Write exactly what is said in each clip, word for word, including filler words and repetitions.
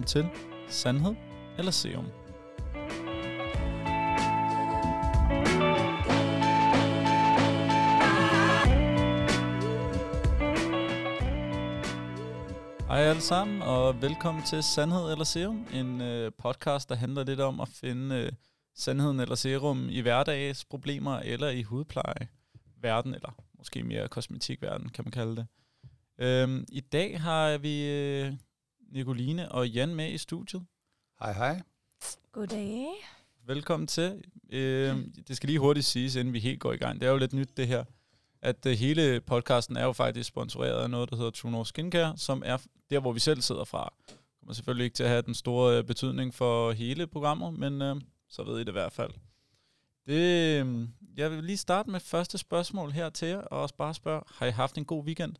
velkommen til Sandhed eller Serum. Hej alle sammen, og velkommen til Sandhed eller Serum, en øh, podcast, der handler lidt om at finde øh, sandheden eller serum i hverdagsproblemer eller i hudplejeverden, eller måske mere kosmetikverden, kan man kalde det. Øhm, I dag har vi øh, Nicoline og Jan med i studiet. Hej hej. Goddag. Velkommen til. Øhm, det skal lige hurtigt siges, inden vi helt går i gang. Det er jo lidt nyt det her, at øh, hele podcasten er jo faktisk sponsoreret af noget, der hedder True North Skincare, som er der, hvor vi selv sidder fra. Det kommer selvfølgelig ikke til at have den store øh, betydning for hele programmet, men øh, så ved I det i hvert fald. Det, øh, jeg vil lige starte med første spørgsmål her til jer, og også bare spørge, har I haft en god weekend?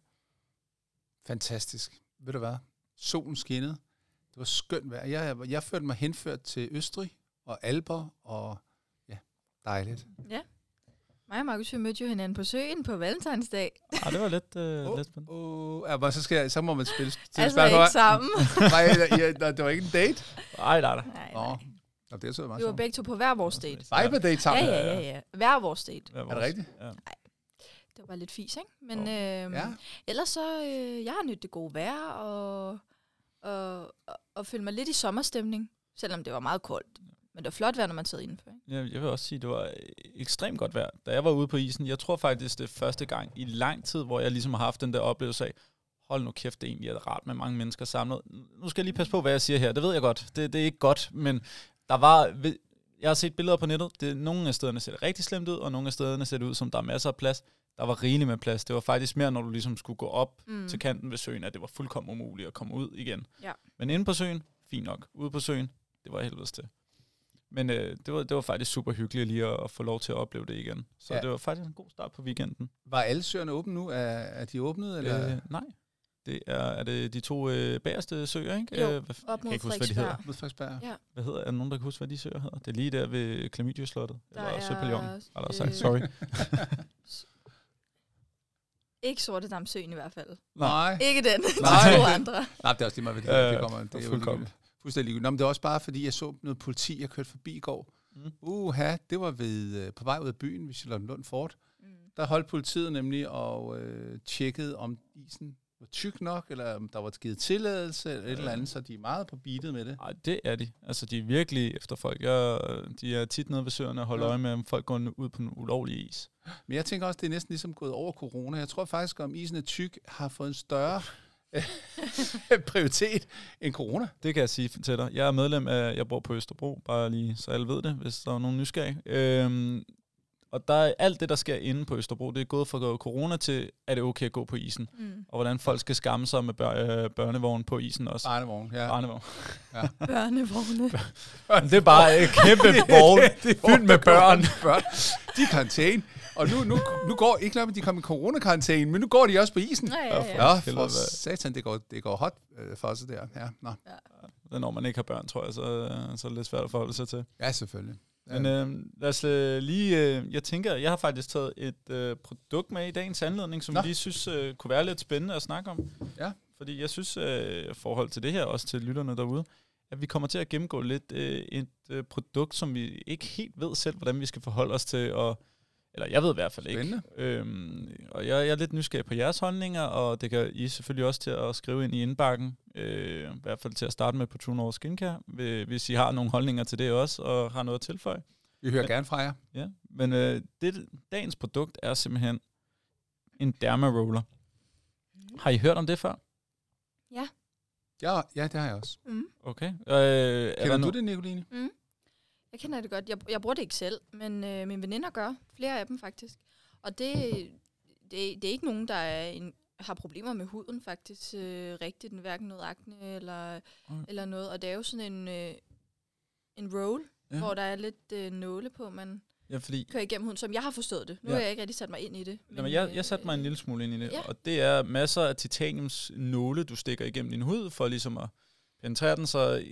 Fantastisk. Ved du hvad? Solen skinnede. Det var skønt vejr. Jeg, jeg følte mig henført til Østrig og Alper, og ja, dejligt. Ja. Mig og Markus, vi mødte jo hinanden på søen på Valentinsdag. Ah, det var lidt, øh, oh, lidt spændende. Oh, ja, så, skal jeg, så må man spille. spille Altså ikke sammen. Nej, ja, ja, det var ikke en date? Nej, nej, nej. Nej, Åh, nej. oh, det er så meget. Vi var begge to på hver vores date. Vibe-date sammen? Ja, ja, ja, ja. Hver vores date. Ja, Er det rigtigt? Ja. Nej, det var lidt fis, ikke? Men Oh. øhm, Ja. ellers så, øh, jeg har nydt det gode vejr, og, og, og, og følte mig lidt i sommerstemning, selvom det var meget koldt. Men det var flot vejr, når man sad indenfor, ikke? Ja, jeg vil også sige, at det var ekstremt godt vejr. Da jeg var ude på isen, jeg tror faktisk, det er første gang i lang tid, hvor jeg ligesom har haft den der oplevelse af, hold nu kæft, det egentlig er rart med mange mennesker samlet. Nu skal jeg lige passe på, hvad jeg siger her. Det ved jeg godt. Det, det er ikke godt, men der var... Jeg har set billeder på nettet. Det, nogle af stederne ser det rigtig slemt ud, og nogle af stederne ser det ud, som der er masser af plads. Der var rigeligt med plads. Det var faktisk mere, når du ligesom skulle gå op mm. til kanten ved søen, at det var fuldkommen umuligt at komme ud igen. Ja. Men inde på søen, fint nok. Ude på søen, det var helvedes til. Men øh, det, var, det var faktisk super hyggeligt lige at, at få lov til at opleve det igen. Så ja. Det var faktisk en god start på weekenden. Var alle søerne åbne nu? Er, er de åbnet? Eller? Øh, nej. Det er, er det de to øh, bagerste søer, ikke? Jo, øh, hvad, op mod Frederiksberg. Frederiksberg. Ja. Hvad hedder, er der nogen, der kan huske, hvad de søer hedder? Det er lige der ved Klamydieslottet. Der eller er, Søpavillonen, har der øh, sagt. Sorry. Ikke Sortedamsøen i hvert fald. Nej. Ikke den. Nej. De to andre. Nej, det er også lige meget, hvad det, Ja, det kommer. Det er jo fuldkommen. fuldstændig ligegyldigt. Nå, men det var også bare, fordi jeg så noget politi, jeg kørte forbi i går. Mm. Uha, det var ved, øh, på vej ud af byen ved Charlottenlund Fort. Mm. Der holdt politiet nemlig og øh, tjekkede, om isen var tyk nok, eller om der var givet tilladelse, eller et Ja. eller andet, så de er meget på beatet med det. Nej, det er de. Altså, de er virkelig efter folk. Jeg, de er tit nede ved søerne og holder Ja. øje med, om folk går ud på en ulovlig is. Men jeg tænker også, det er næsten ligesom gået over corona. Jeg tror faktisk, om isen er tyk, har fået en større prioritet end corona. Det kan jeg sige til dig. Jeg er medlem af, jeg bor på Østerbro, bare lige så alle ved det, hvis der er nogen nysgerrige. Øhm, og der er alt det, der sker inde på Østerbro, det er gået fra corona til, er det okay at gå på isen. Mm. Og hvordan folk skal skamme sig med bør- øh, børnevogn på isen også. Barnevogn, ja. Barnevogn. Børnevogne. Det er bare et kæmpe vogn fyldt med børn. børn. De er karantæne. Og nu, nu, nu går ikke nok, at de kommer i coronakarantæne, men nu går de også på isen. Ja, ja, ja. Ja, for satan, det går, det går hot øh, for os der. Ja, nå. Ja. Når man ikke har børn, tror jeg, så, så er det lidt svært at forholde sig til. Ja, selvfølgelig. Ja. Men øh, lad os øh, lige, øh, jeg tænker, jeg har faktisk taget et øh, produkt med i dagens anledning, som Nå. jeg lige synes øh, kunne være lidt spændende at snakke om. Ja. Fordi jeg synes, øh, i forhold til det her, også til lytterne derude, at vi kommer til at gennemgå lidt øh, et øh, produkt, som vi ikke helt ved selv, hvordan vi skal forholde os til, og eller jeg ved i hvert fald ikke. Øhm, og jeg, jeg er lidt nysgerrig på jeres holdninger, og det kan I selvfølgelig også til at skrive ind i indbakken. Øh, I hvert fald til at starte med på True North Skincare, hvis I har nogle holdninger til det også, og har noget at tilføje. Vi hører men, gerne fra jer. Ja, men øh, det, dagens produkt er simpelthen en Derma Roller. Mm. Har I hørt om det før? Ja. Ja, ja, det har jeg også. Mm. Okay. Øh, Kender du det, Nicoline? Mm. Jeg kender det godt. Jeg, jeg bruger det ikke selv, men øh, mine veninder gør. Flere af dem faktisk. Og det, det, det er ikke nogen, der er en, har problemer med huden faktisk øh, rigtigt. Hverken noget akne eller, okay. eller noget. Og det er jo sådan en, øh, en roll, ja. Hvor der er lidt øh, nåle på, man ja, fordi kører igennem huden, som jeg har forstået det. Nu ja. har jeg ikke rigtig sat mig ind i det. Men, Jamen, jeg, jeg satte mig en lille smule ind i det, ja. og det er masser af titaniums nåle, du stikker igennem din hud, for ligesom at penetrere den, så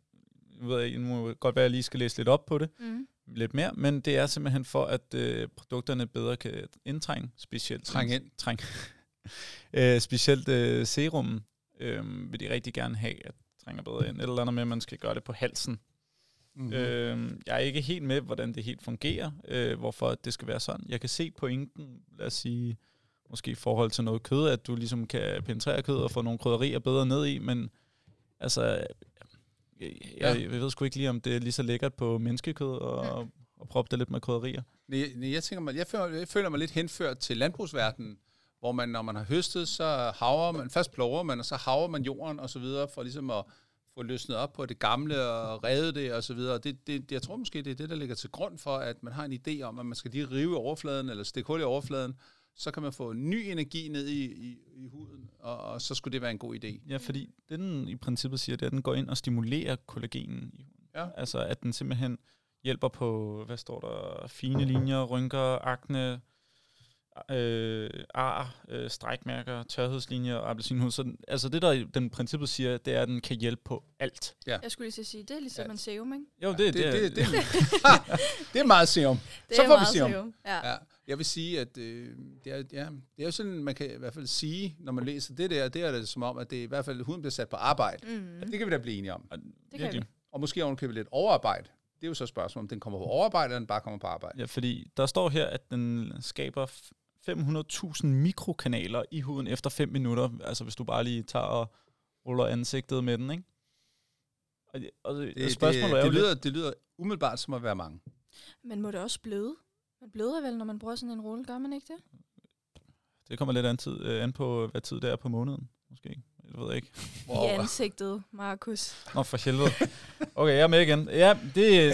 nu ved jeg, må godt være, at jeg lige skal læse lidt op på det, mm. lidt mere, men det er simpelthen for, at øh, produkterne bedre kan indtrænge, specielt Træng ind. Træng. øh, specielt øh, serum øh, vil de rigtig gerne have, at trænger bedre ind. Et eller andet med, at man skal gøre det på halsen. Mm-hmm. Øh, jeg er ikke helt med, hvordan det helt fungerer, øh, hvorfor det skal være sådan. Jeg kan se pointen, lad os sige, måske i forhold til noget kød, at du ligesom kan penetrere kød og få nogle krydderier bedre ned i, men altså, jeg, ja. jeg ved sgu ikke lige, om det er lige så lækkert på menneskekød og, ja. og, og proppe det lidt med krydderier. Jeg, jeg, tænker mig, jeg, føler, jeg føler mig lidt henført til landbrugsverdenen, hvor man, når man har høstet, så haver man, først plover man, og så haver man jorden og så videre, for ligesom at få løsnet op på det gamle og redde det og så videre. Det, det, jeg tror måske, det er det, der ligger til grund for, at man har en idé om, at man skal lige rive i overfladen, eller stikke hul i overfladen, så kan man få ny energi ned i, i, i huden, og, og så skulle det være en god idé. Ja, fordi det, den i princippet siger, det er, at den går ind og stimulerer kollagenen i huden. Ja. Altså, at den simpelthen hjælper på, hvad står der, fine linjer, rynker, akne, øh, ar, øh, strækmærker, tørhedslinjer og appelsinhud. Så den, altså det, der den princippet siger, det er, at den kan hjælpe på alt. Ja. Jeg skulle lige sige, det er ligesom ja. en serum, ikke? Jo, det, ja, det, det, det, det, det, det, det er meget serum. Det så er får meget vi serum. serum. Ja. Ja. Jeg vil sige, at øh, det, er, ja, det er jo sådan, man kan i hvert fald sige, når man læser det der, det er det som om, at det i hvert fald huden bliver sat på arbejde. Mm. Det kan vi da blive enige om. Det kan vi. Og måske ovenikøbet lidt overarbejde. Det er jo så et spørgsmål, om den kommer på overarbejde, eller den bare kommer på arbejde. Ja, fordi der står her, at den skaber fem hundrede tusind mikrokanaler i huden efter fem minutter. Altså hvis du bare lige tager og ruller ansigtet med den, ikke? Og, og det, det, spørgsmålet det, er jo det, lyder, lidt, det lyder umiddelbart som at være mange. Men må det også bløde? Man bløder vel, når man bruger sådan en rulle, gør man ikke det? Det kommer lidt an, tid, øh, an på, hvad tid det er på måneden, måske. Jeg ved ikke. Wow. I ansigtet, Markus. Nå, for helvede. Okay, jeg er med igen. Ja, det...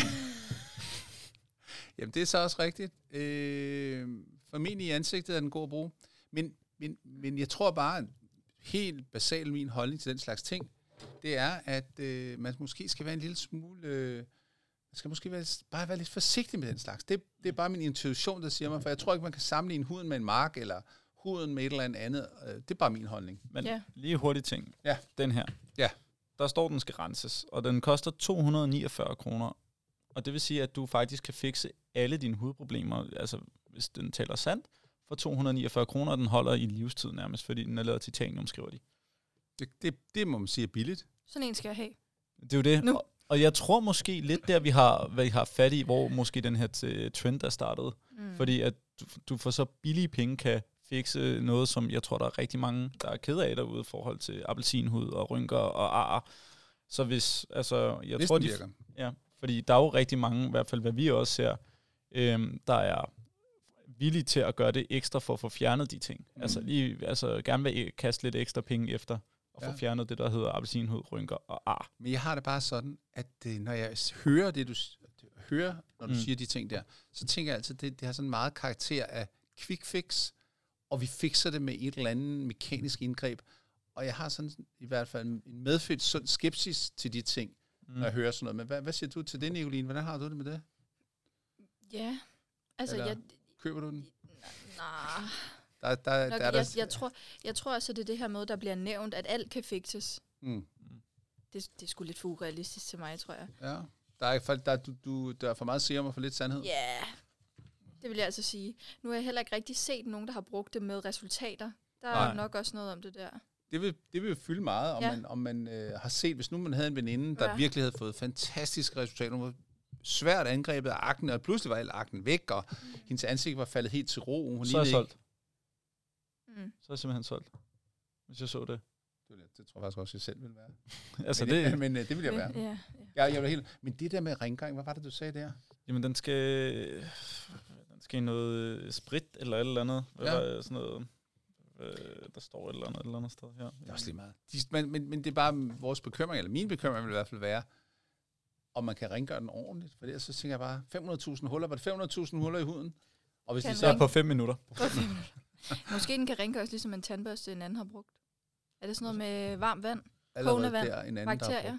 Jamen, det er så også rigtigt. Øh, formentlig i ansigtet er den god at bruge. Men, men, men jeg tror bare, helt basalt min holdning til den slags ting, det er, at øh, man måske skal være en lille smule... Øh, man skal måske være, bare være lidt forsigtig med den slags. Det, det er bare min intuition, der siger mig, for jeg tror ikke, man kan sammenligne huden med en mark, eller huden med et eller andet. Det er bare min holdning. Men ja. lige hurtigt ting. Ja. Den her. Ja. Der står, den skal renses, og den koster to hundrede og niogfyrre kroner. Og det vil sige, at du faktisk kan fikse alle dine hudproblemer, altså hvis den tæller sandt, for to hundrede og niogfyrre kroner, og den holder i livstid nærmest, fordi den er lavet af titanium, skriver de. Det, det, det må man sige er billigt. Sådan en skal jeg have. Det er jo det. Nu. Og, og jeg tror måske lidt der, vi har, hvad vi har fat i, hvor måske den her t- trend er startet. Mm. Fordi at du, du for så billige penge kan fikse noget, som jeg tror, der er rigtig mange, der er ked af derude i forhold til appelsinhud og rynker og ar. Så hvis, altså, jeg hvis tror, de... de, ja, fordi der er jo rigtig mange, i hvert fald hvad vi også ser, øhm, der er villige til at gøre det ekstra for at få fjernet de ting. Mm. Altså, lige, altså gerne vil kaste lidt ekstra penge efter at ja. få fjernet det, der hedder appelsinhud, rynker og ar. Men jeg har det bare sådan, at det, når jeg hører det, du hører, når du mm. siger de ting der, så tænker jeg altid, at det, det har sådan meget karakter af quick fix, og vi fikser det med et eller andet mekanisk indgreb. Og jeg har sådan i hvert fald en medfødt sund skepsis til de ting, mm. når jeg hører sådan noget. Men hvad, hvad siger du til det, Nicoline? Hvordan har du det med det? Ja, altså Eller, jeg... køber du den? Nej. Der, der, Nok, der, der, jeg, jeg, tror, jeg tror også, at det er det her med, der bliver nævnt, at alt kan fikses. Mm. Det, det er sgu lidt for urealistisk til mig, tror jeg. Ja, der er, for, der, du, du, der er for meget serum og for lidt sandhed. Ja, yeah. Det vil jeg altså sige. Nu har jeg heller ikke rigtig set nogen, der har brugt det med resultater. Der er Nej. nok også noget om det der. Det vil, det vil fylde meget, om ja. man, om man øh, har set, hvis nu man havde en veninde, der ja. virkelig havde fået fantastiske resultater. Hun var svært angrebet af akne, og pludselig var al aknen væk, og mm. hendes ansigt var faldet helt til ro. Hun så er solgt. Mm. Så er jeg simpelthen solgt, hvis jeg så det. Det, det tror jeg faktisk også, jeg selv ville være. altså men, det, det, men det vil jeg være. Ja, ja. Jeg, jeg vil helt, men det der med rengøring, hvad var det, du sagde der? Jamen, den skal, den skal i noget sprit eller et eller andet. Hvad ja. var sådan noget... der står et eller andet, et eller andet sted her. Det er også lige meget. De, men, men, men det er bare vores bekymring, eller min bekymring vil i hvert fald være, om man kan rengøre den ordentligt. For ellers så tænker jeg bare, fem hundrede tusind huller, var det fem hundrede tusind huller i huden? Og hvis kan de så er på fem minutter. På fem minutter. Måske den kan rengøres ligesom en tandbørste, en anden har brugt. Er det sådan noget med varmt vand, kogende vand, der, en anden, bakterier?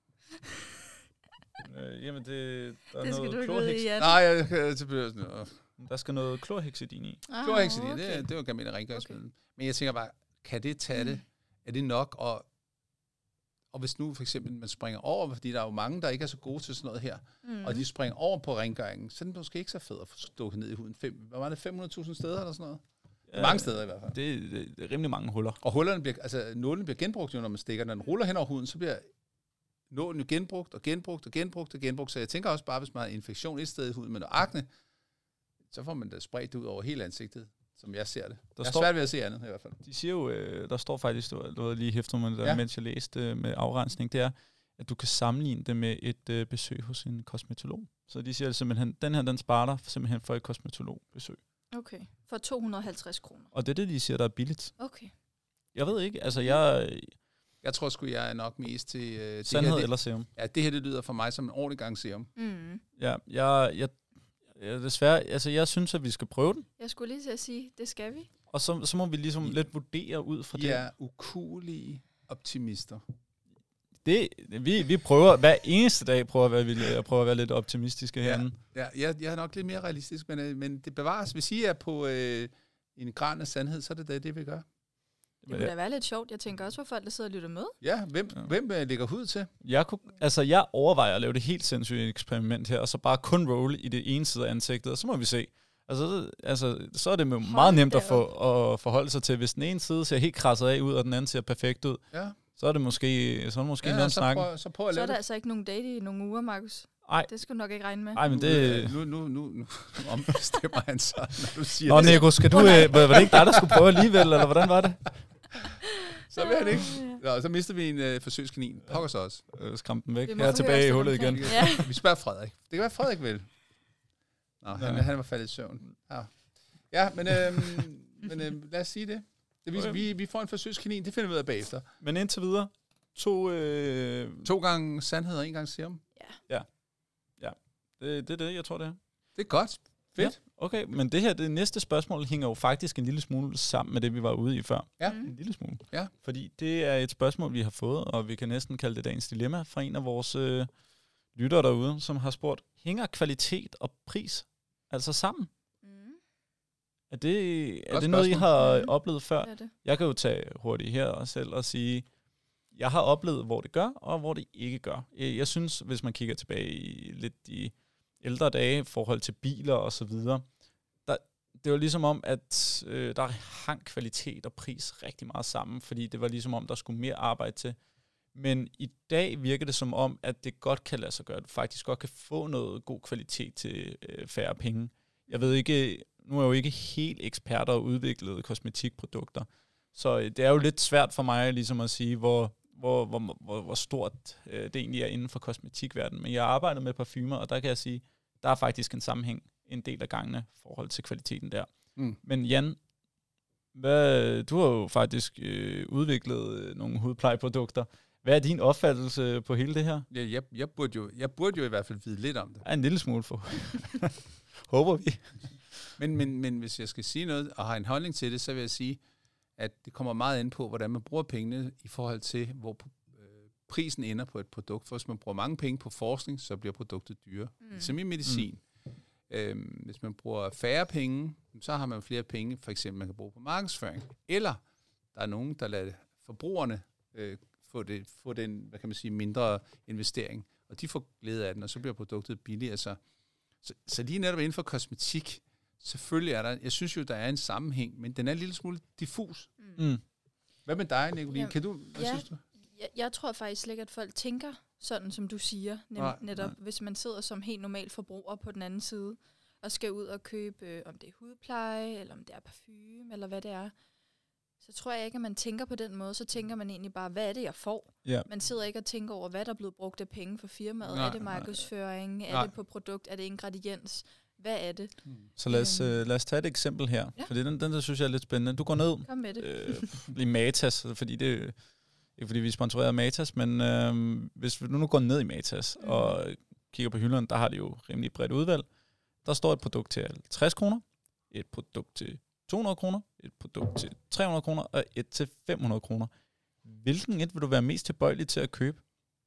øh, jamen, det, der det er skal noget du ikke vide, Jan. Nej, jeg kan til børsen. Der skal noget klorhexidin i. Ah, klorhexidin, okay. det, det var gammel rengøringsmiddel. Okay. Men jeg tænker bare, kan det tage mm. det? Er det nok? Og, og hvis nu for eksempel man springer over, fordi der er jo mange, der ikke er så gode til sådan noget her, mm. og de springer over på rengøringen, så er det måske ikke så fedt at få stukket ned i huden. Fem, hvad var det, fem hundrede tusind steder eller sådan noget? Ja, mange steder i hvert fald. Det, det, det er rimelig mange huller. Og hullerne bliver, altså nålen bliver genbrugt jo, når man stikker. Når den ruller hen over huden, så bliver nå den jo genbrugt og genbrugt og genbrugt og genbrugt. Så jeg tænker også bare, hvis man har infektion et sted i huden med noget akne, så får man da spredt det ud over hele ansigtet, som jeg ser det. Der jeg er står, svært ved at se andet i hvert fald. De siger jo, øh, der står faktisk, noget lige hæftet med det der, ja. mens jeg læste øh, med afrensning, det er, at du kan sammenligne det med et øh, besøg hos en kosmetolog. Så de siger simpelthen, den her, den sparer dig simpelthen for et kosmetologbesøg. Okay, for to hundrede og halvtreds kroner. Og det er det, de siger, der er billigt. Okay. Jeg ved ikke, altså jeg... Jeg tror sgu, jeg er nok mest til... Øh, det sandhed her, det, eller serum. Ja, det her, det lyder for mig som en ordentlig gang serum. Mm. Ja, jeg, jeg, jeg, desværre, altså jeg synes, at vi skal prøve den. Jeg skulle lige til at sige, det skal vi. Og så, så må vi ligesom lidt vurdere ud fra det. Vi er ukuelige optimister. Det, vi, vi prøver hver eneste dag prøver at være, prøver at være lidt optimistiske herinde. Ja, ja jeg, jeg er nok lidt mere realistisk, men, men det bevares. Hvis I er på øh, en gran af sandhed, så er det det, det vi gør. Det kunne da være lidt sjovt. Jeg tænker også, for folk, der sidder og lytter med. Ja, hvem, ja. hvem uh, lægger hud til? Jeg, kunne, altså, jeg overvejer at lave det helt sindssygt eksperiment her, og så bare kun rolle i det ene side af ansigtet, og så må vi se. Altså, altså så er det meget Hold nemt at, få, at forholde sig til. Hvis den ene side ser helt krasset af ud, og den anden ser perfekt ud, ja. så er det måske, så er det måske ja, noget om snakken. Prøv, så, prøv at så er der det. altså ikke nogen date i nogle uger, Markus. Ej. Det skal du nok ikke regne med. Nej, men det... Nu, nu, nu, nu ombestemmer han så, når du siger Nå, det. Nå, Nico, skal du... Øh, var det ikke dig, der skulle prøve alligevel, eller hvordan var det? Så vil han ikke. Nå, så mister vi en øh, forsøgskanin. Pokker så også. Øh, skram den væk. Her tilbage i hullet igen. Ja. Vi spørger Frederik. Det kan være, Frederik vil. Nå, ja. han, han var faldet i søvn. Ja, ja men, øhm, men øhm, lad os sige det. det vi, okay. vi, vi får en forsøgskanin, det finder vi ud af bagefter. Men indtil videre, to... Øh... To gange sandhed og en gang serum. Ja. Ja. Ja. Det, det er det, jeg tror, det er. Det er godt. Fedt. Ja, okay, men det her, det næste spørgsmål hænger jo faktisk en lille smule sammen med det, vi var ude i før. Ja. En lille smule. Ja. Fordi det er et spørgsmål, vi har fået, og vi kan næsten kalde det dagens dilemma fra en af vores øh, lyttere derude, som har spurgt, hænger kvalitet og pris altså sammen? Mm. Er det, er det noget, I har mm. oplevet før? Det det. Jeg kan jo tage hurtigt her og selv og sige, jeg har oplevet, hvor det gør, og hvor det ikke gør. Jeg synes, hvis man kigger tilbage i lidt i ældre dage, i forhold til biler og så videre, der, det var ligesom om, at øh, der hang kvalitet og pris rigtig meget sammen, fordi det var ligesom om, der skulle mere arbejde til. Men i dag virker det som om, at det godt kan lade sig gøre, at du faktisk godt kan få noget god kvalitet til øh, færre penge. Jeg ved ikke, nu er jeg jo ikke helt eksperter og udviklet kosmetikprodukter, så det er jo lidt svært for mig ligesom at sige, hvor Hvor, hvor, hvor, hvor stort øh, det egentlig er inden for kosmetikverdenen. Men jeg har arbejdet med parfumer, og der kan jeg sige, der er faktisk en sammenhæng en del af gangene i forhold til kvaliteten der. Mm. Men Jan, hvad, du har jo faktisk øh, udviklet øh, nogle hudplejeprodukter. Hvad er din opfattelse på hele det her? Ja, jeg, jeg, burde jo, jeg burde jo i hvert fald vide lidt om det. Ja, en lille smule for. Håber vi. Men, men, men hvis jeg skal sige noget, og har en holdning til det, så vil jeg sige, at det kommer meget ind på, hvordan man bruger pengene i forhold til, hvor øh, prisen ender på et produkt. For hvis man bruger mange penge på forskning, så bliver produktet dyre. Mm. Som i medicin. Mm. Øhm, hvis man bruger færre penge, så har man flere penge, for eksempel man kan bruge på markedsføring. Eller der er nogen, der lader forbrugerne øh, få, det, få den, hvad kan man sige, mindre investering. Og de får glæde af den, og så bliver produktet billigere. Så, så, så lige netop inden for kosmetik, selvfølgelig er der, jeg synes jo, der er en sammenhæng, men den er en lille smule diffus. Mm. Hvad med dig, Nicoline? Jamen, kan du, hvad ja, synes du? Jeg, jeg tror faktisk slet ikke, at folk tænker sådan, som du siger. Nem, nej, netop, nej. Hvis man sidder som helt normal forbruger på den anden side, og skal ud og købe, øh, om det er hudpleje, eller om det er parfume, eller hvad det er, så tror jeg ikke, at man tænker på den måde. Så tænker man egentlig bare, hvad er det, jeg får? Yeah. Man sidder ikke og tænker over, hvad der er blevet brugt af penge for firmaet. Nej, er det markedsføring? Nej. Er det på produkt? Er det ingrediens? Hvad er det? Så lad os, øh, lad os tage et eksempel her, ja. Fordi den, den der synes jeg er lidt spændende. Du går ned Kom med det. Øh, i Matas, fordi det ikke fordi vi sponsorerer Matas, men øh, hvis du nu går ned i Matas mm. og kigger på hylderne, der har de jo rimelig bredt udvalg. Der står et produkt til halvtreds kroner, et produkt til to hundrede kroner, et produkt til tre hundrede kroner og et til fem hundrede kroner. Hvilken et vil du være mest tilbøjelig til at købe?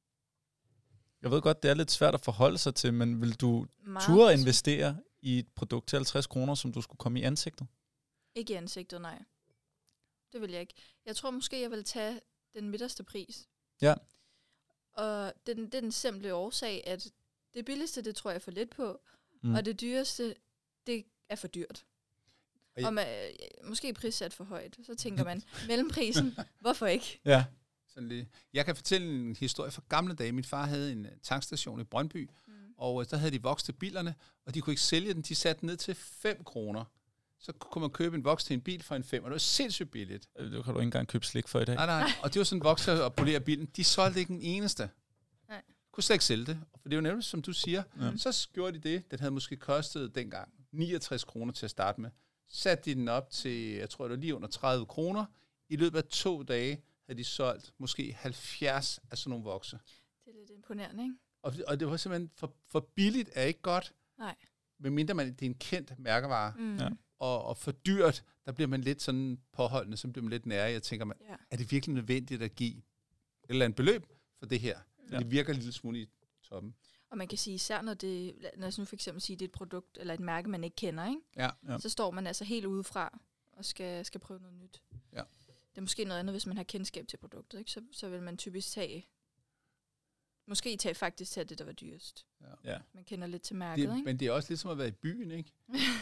Jeg ved godt, det er lidt svært at forholde sig til, men vil du turde investere i et produkt til halvtreds kroner, som du skulle komme i ansigtet? Ikke i ansigtet, nej. Det vil jeg ikke. Jeg tror måske, jeg vil tage den midterste pris. Ja. Og det, det er den simple årsag, at det billigste, det tror jeg for lidt på, mm. og det dyreste, det er for dyrt. Og man, måske prissat for højt. Så tænker man, mellemprisen, hvorfor ikke? Ja. Sådan lidt. Jeg kan fortælle en historie fra gamle dage. Min far havde en tankstation i Brøndby, mm. og øh, der havde de voks til bilerne, og de kunne ikke sælge den. De satte den ned til fem kroner. Så kunne man købe en voks til en bil for en fem, og det var sindssygt billigt. Det kan du ikke engang købe slik for i dag. Nej, nej. Og det var sådan en voks til at polere bilen. De solgte ikke den eneste. Nej. Kunne slet ikke sælge det. For det er jo nemlig, som du siger, Ja. så gjorde de det. Den havde måske kostet dengang niogtres kroner til at starte med. Satte de den op til, jeg tror det var lige under tredive kroner. I løbet af to dage havde de solgt måske halvfjerds af sådan nogle vokse. Det er lidt imponerende, ikke? Og, og det var simpelthen for, for billigt er ikke godt. Nej. Medmindre man, det er en kendt mærkevare. Mm. Ja. Og, og for dyrt, der bliver man lidt sådan påholdende, så bliver man lidt nære. Jeg tænker, man, Ja. er det virkelig nødvendigt at give et eller andet beløb for det her? Ja. Det virker en lille smule i toppen. Og man kan sige, især når det, lad os nu for eksempel sige, det er et produkt eller et mærke, man ikke kender, ikke? Ja. Ja. Så står man altså helt udefra og skal, skal prøve noget nyt. Ja. Det er måske noget andet, hvis man har kendskab til produktet, ikke? Så, så vil man typisk tage, måske tage faktisk tage det, der var dyrest. Ja. Man kender lidt til mærket, Det, ikke? men det er også lidt som at være i byen, ikke?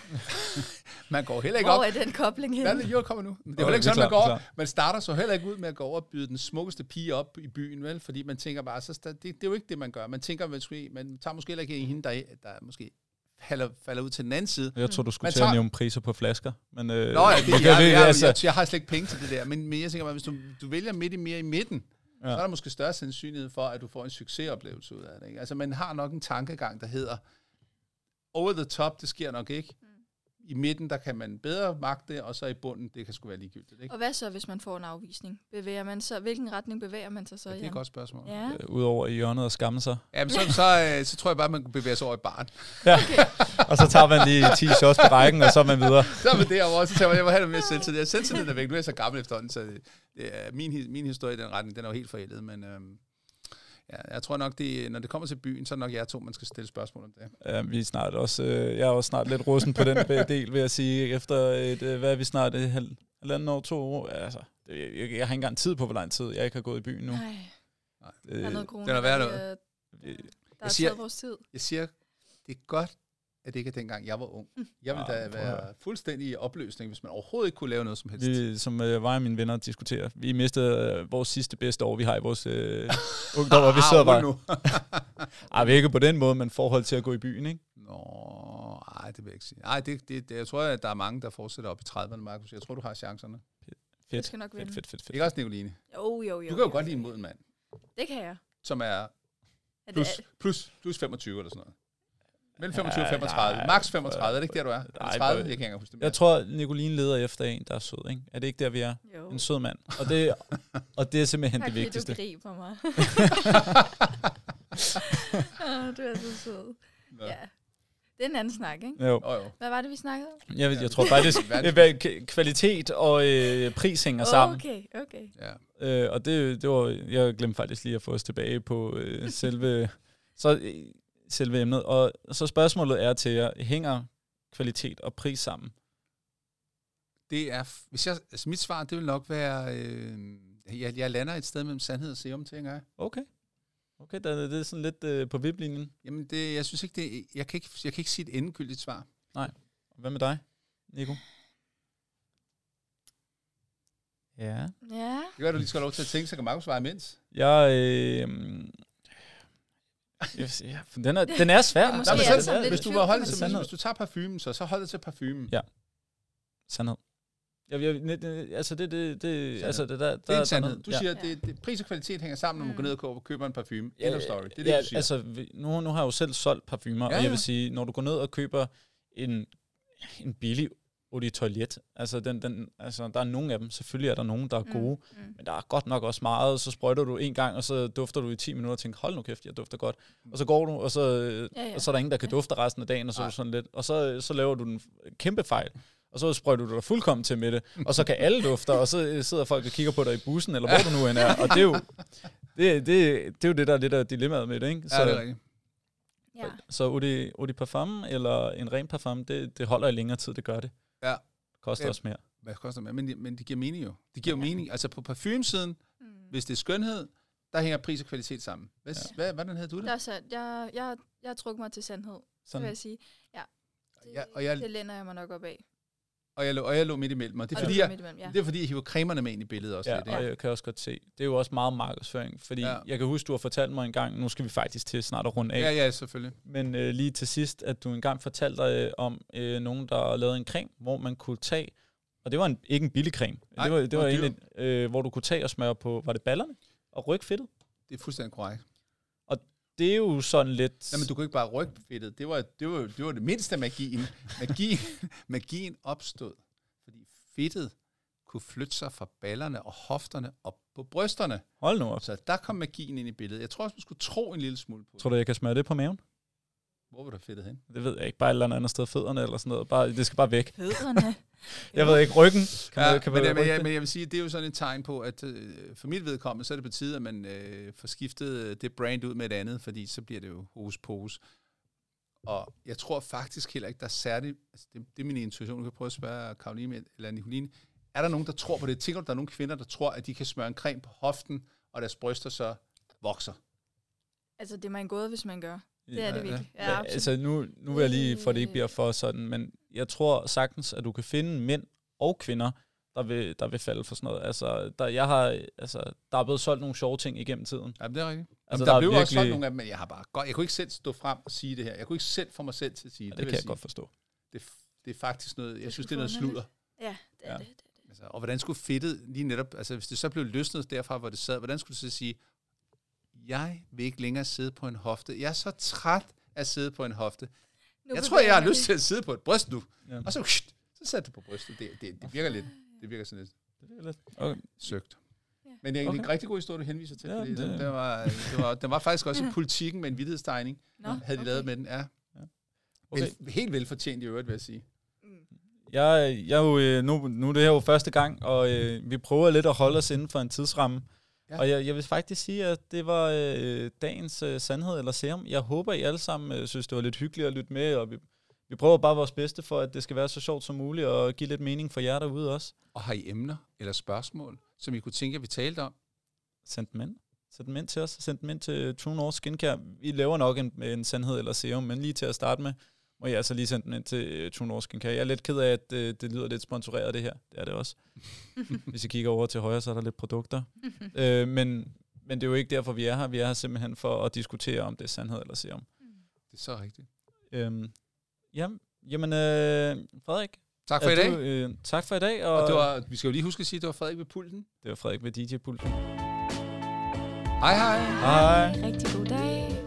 Man går heller ikke Hvor op. er den kobling hen? Hvad er det, jo, kommer nu? Det er Okay, heller ikke det er sådan, man klart, går det er op. Man starter så heller ikke ud med at gå over og byde den smukkeste pige op i byen, vel? Fordi man tænker bare, så det, det er jo ikke det, man gør. Man tænker, måske, man tager måske heller ikke en hende, der, der måske falder, falder ud til den anden side. Jeg tror, du skulle Man til at tager- nævne priser på flasker. Men, øh, Nå ja, det, vi jeg, kan- jeg, vi- jeg, altså- jeg, jeg har slet ikke penge til det der. Men, men jeg tænker bare, hvis du, du vælger midt i mere i midten, Ja. så er der måske større sandsynlighed for, at du får en succesoplevelse ud af det. Ikke? Altså, man har nok en tankegang, der hedder, over the top, det sker nok ikke. I midten, der kan man bedre magte det, og så i bunden, det kan sgu være ligegyldigt. Ikke? Og hvad så, hvis man får en afvisning? Bevæger man så, hvilken retning bevæger man sig så? Ja, det er Jan? et godt spørgsmål. Ja. øh, Udover i hjørnet og skamme sig. Ja, men så, så, øh, så tror jeg bare, man kan bevæge sig over i baren. Ja. Og så tager man lige ti shots på rækken, og så er man videre. Så er man derovre, så tænker man, jeg må have noget mere selvtillid. Selvtilliden er væk. Nu er jeg så gammel efterhånden, så det, det er min, hi- min historie i den retning, den er jo helt forældet. Men øhm, ja, jeg tror nok, det, når det kommer til byen, så er det nok jer to, man skal stille spørgsmål om det. Ja, vi er snart også, øh, jeg er også snart lidt russen på den del, vil jeg sige. Efter et, øh, hvad er vi snart, et halv, halvanden år, to år? Altså, det, jeg, jeg har ikke engang tid på, hvor lang tid jeg ikke har gået i byen nu. Nej, Øh, der er noget corona, den er værd der, noget. øh, der Jeg har siger- taget vores tid. Jeg siger, det er godt, at det ikke er dengang, jeg var ung. Jeg ville Ja, da prøv at være fuldstændig i opløsning, hvis man overhovedet ikke kunne lave noget som helst. Vi, som øh, var mine venner diskuterer, vi mistede øh, vores sidste bedste år, vi har i vores øh, ungdom, og vi sidder Ah, bare... nu. Ej, vi er ikke på den måde, men forhold til at gå i byen, ikke? Nå, ej, det vil jeg ikke sige. Ej, det, det, det, jeg tror, at der er mange, der fortsætter op i trediverne, Markus. Jeg tror, du har chancerne. Jeg Fedt, skal nok fedt, vinde. fedt, fedt, fedt. Ikke også, Nicoline? Jo, jo, jo. Du kan jo jo. godt lide en moden mand, Det kan jeg. som er Er det, plus, plus, plus femogtyve eller sådan noget. Mellem femogtyve og Ja, femogtredive. nej, Max femogtredive, er det ikke der, du er? Er nej, det tredive? hvor- Jeg kan ikke engang huske det. Jeg tror, Nicoline leder efter en, der er sød, ikke? Er det ikke der, vi er? jo. En sød mand. Og det, og det er simpelthen Tak det fordi vigtigste. du griber mig. ah, du er så sød. Nå. Ja. Det er en anden snak, ikke? Jo. Åh, jo. Hvad var det, vi snakkede om? Jeg, jeg Ja, tror det- faktisk, verdens- at k- kvalitet og øh, pris hænger sammen. Okay, okay. Ja. Øh, og det, det var, jeg glemte faktisk lige at få os tilbage på øh, selve, så, øh, selve emnet. Og så spørgsmålet er til jer, hænger kvalitet og pris sammen? Det er, f- hvis jeg, altså mit svar, det vil nok være, øh, jeg, jeg lander et sted mellem sandhed og serum, tænker jeg. Okay. Okay, det, det er sådan lidt øh, på viplinjen. Jamen, det, jeg synes ikke, det, jeg kan ikke, jeg kan ikke sige et endegyldigt svar. Hvad med dig, Nico? Ja. Ja. Det gør, at du lige skal have lov til at tænke, så kan Markus svare imens. Jeg, øh, jeg vil sige, ja, for den er, den er svær. Det er måske Nå, men alle så, sammen lidt hvis, i du tvivl, var holdt, kan man så, sige. hvis, hvis du tager parfumen, så, så hold det til parfumen. Ja. Sandhed. Jeg, jeg, det, det, altså det, det, det, altså det der, der Det er der en sandhed. noget- Du ja. siger, at det, det, pris og kvalitet hænger sammen, når man Mm. går ned og køber, køber en parfume. Ja, End of story. Det er det, ja, du siger. altså, vi- nu, nu har jeg jo selv solgt parfumer, Ja, ja, og jeg ja. vil sige, når du går ned og køber en, en billig eau de toilette, altså, den, den, altså der er nogle af dem, selvfølgelig er der nogen, der er gode, Mm. Mm. men der er godt nok også meget, så sprøjter du en gang, og så dufter du i ti minutter og tænker, hold nu kæft, jeg dufter godt. Og så går du, og så, Ja, ja. og så er der ingen, der kan Ja. dufte resten af dagen, og så er Nej. du sådan lidt, og så, så laver du den kæmpe fejl. Og så sprøjter du dig fuldkommen til med det, og så kan alle dufte, og så sidder folk og kigger på dig i bussen, eller hvor du nu end er. Og det er jo det, det, det, er jo det, der er lidt af dilemmaet med det, ikke? Ja, det er rigtigt. Ja. Så eau de, eau de parfum eller en ren parfum, det, det holder i længere tid, det gør det. Ja. Koster Ja. også mere. Hvad koster det? Men, men det giver mening jo. Det giver jo mening. Altså på parfumesiden, Mm. hvis det er skønhed, der hænger pris og kvalitet sammen. Hvad, Ja. hvad, hvordan havde du det? Der er sand. Jeg, jeg, jeg har trukket mig til sandhed, så vil Sådan. jeg sige. Ja, det, Ja, og jeg- det lænder jeg mig nok op af. Og jeg lå, og jeg lå midt imellem. Og det er, Og fordi du lå jeg, midt imellem, ja. det er fordi, jeg hiver cremerne med ind i billedet også. Ja, lidt, og ikke? jeg kan også godt se. Det er jo også meget markedsføring, fordi Ja. jeg kan huske, du har fortalt mig en gang, nu skal vi faktisk til snart at runde af, Ja, ja, selvfølgelig. men øh, lige til sidst, at du engang fortalte dig øh, om øh, nogen, der lavede en creme, hvor man kunne tage, og det var en, ikke en billig creme, Nej, det var, det det var var egentlig, øh, hvor du kunne tage og smøre på, var det ballerne og rykke fedtet? Det er fuldstændig korrekt. Det er jo sådan lidt... Nej, men du kan ikke bare rykke fedtet. Det var det, var, det, var det mindste af magien. Magien, magien opstod, fordi fedtet kunne flytte sig fra ballerne og hofterne op på brysterne. Hold nu op. Så der kom magien ind i billedet. Jeg tror også, man skulle tro en lille smule på. Tror du, jeg kan smøre det på maven? Hvor var der fedtet hen? Det ved jeg ikke. Bare et eller andet sted, fødderne eller sådan noget. Bare, det skal bare væk. Fødderne. Jeg ved ikke, ryggen. Kan Ja, man, kan men, man jeg, men, rykke jeg, det? men jeg vil sige, det er jo sådan et tegn på, at øh, for mit vedkommende, så er det på tide, at man øh, får skiftet det brand ud med et andet, fordi så bliver det jo hos pose. Og jeg tror faktisk heller ikke, der er særligt, altså det, det er min intuition, du kan prøve at spørge Karoline eller Nicoline, er der nogen, der tror på det? Tænker du, der er nogle kvinder, der tror, at de kan smøre en creme på hoften, og deres bryster så vokser? Altså, det er man gåde, hvis man gør. Det er det Ja, virkelig. Ja, Ja, absolut. altså nu, nu vil jeg lige, for det ikke bliver for sådan, men jeg tror sagtens, at du kan finde mænd og kvinder, der vil, der vil falde for sådan noget. Altså, der, jeg har, altså, der er blevet solgt nogle sjove ting igennem tiden. Ja, det er rigtigt. Altså, Altså, der der, er blev virkelig- også sådan nogle af dem, men jeg har bare godt, jeg kunne ikke selv stå frem og sige det her. Jeg kunne ikke selv få mig selv til at sige Ja, det. det vil kan jeg sige. godt forstå. Det, det er faktisk noget, jeg Det synes, er det er noget forunderligt. sludder. Ja, det er Ja. det. det, er det. Altså, og hvordan skulle fedtet lige netop, altså hvis det så blev løsnet derfra, hvor det sad, hvordan skulle du så sige, jeg vil ikke længere sidde på en hofte. Jeg er så træt af at sidde på en hofte. Nu Jeg tror, jeg har bevæger lyst til at sidde på et bryst nu. Ja. Og så, så satte du på brystet. Det, det, det virker lidt, det virker sådan lidt Det er lidt. Okay. søgt. Ja. Men det er Okay. en rigtig god historie, du henviser til, Ja, fordi det- den, den, var, det var, den var faktisk også i politikken med en vittighedstegning, Nå, havde de okay. lavet med den. Ja. Okay. Vel, helt velfortjent i øvrigt, vil jeg sige. Mm. Jeg, jeg er jo, øh, nu, nu er det her jo første gang, og øh, vi prøver lidt at holde os inden for en tidsramme. Ja. Ja. Og jeg, jeg vil faktisk sige, at det var øh, dagens øh, sandhed eller serum. Jeg håber, I alle sammen øh, synes, det var lidt hyggeligt at lytte med, og vi, vi prøver bare vores bedste for, at det skal være så sjovt som muligt, og give lidt mening for jer derude også. Og har I emner eller spørgsmål, som I kunne tænke, at vi talte om? Send dem ind. Send dem ind til os. Send dem ind til True North Skincare. Vi laver nok en, en sandhed eller serum, men lige til at starte med, må jeg altså lige sende dem ind til uh, True North Skincare. Jeg er lidt ked af, at uh, det lyder lidt sponsoreret, det her. Det er det også. Hvis I kigger over til højre, så er der lidt produkter. uh, men, men det er jo ikke derfor, vi er her. Vi er her simpelthen for at diskutere, om det er sandhed eller serum. Det er så rigtigt. Um, ja, jamen, uh, Frederik. Tak for er i dag. Du, uh, tak for i dag. Og, Og det var, vi skal jo lige huske at sige, at det var Frederik ved pulten. det var Frederik ved D J-pulten. Hej hej. Hej. Rigtig god dag.